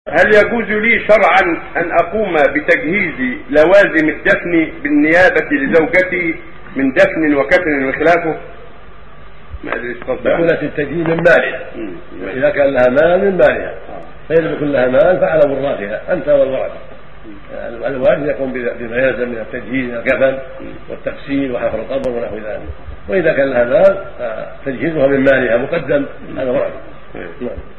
هل يجوز لي شرعا أن أقوم بتجهيز لوازم الدفن بالنيابة لزوجتي من دفن وكفن وخلافه؟ ما أدري مسؤولة التجهيز من مالها، وإذا كان لها مال من مالها، فإذا يكون لها مال فعلى مراتها أنت والورثة. الوالد يقوم بما يلزم من التجهيز من الكفن والتغسيل وحفر القبر ونحو ذلك، وإذا كان لها مال فتجهيزها من مالها مقدم على الورثة.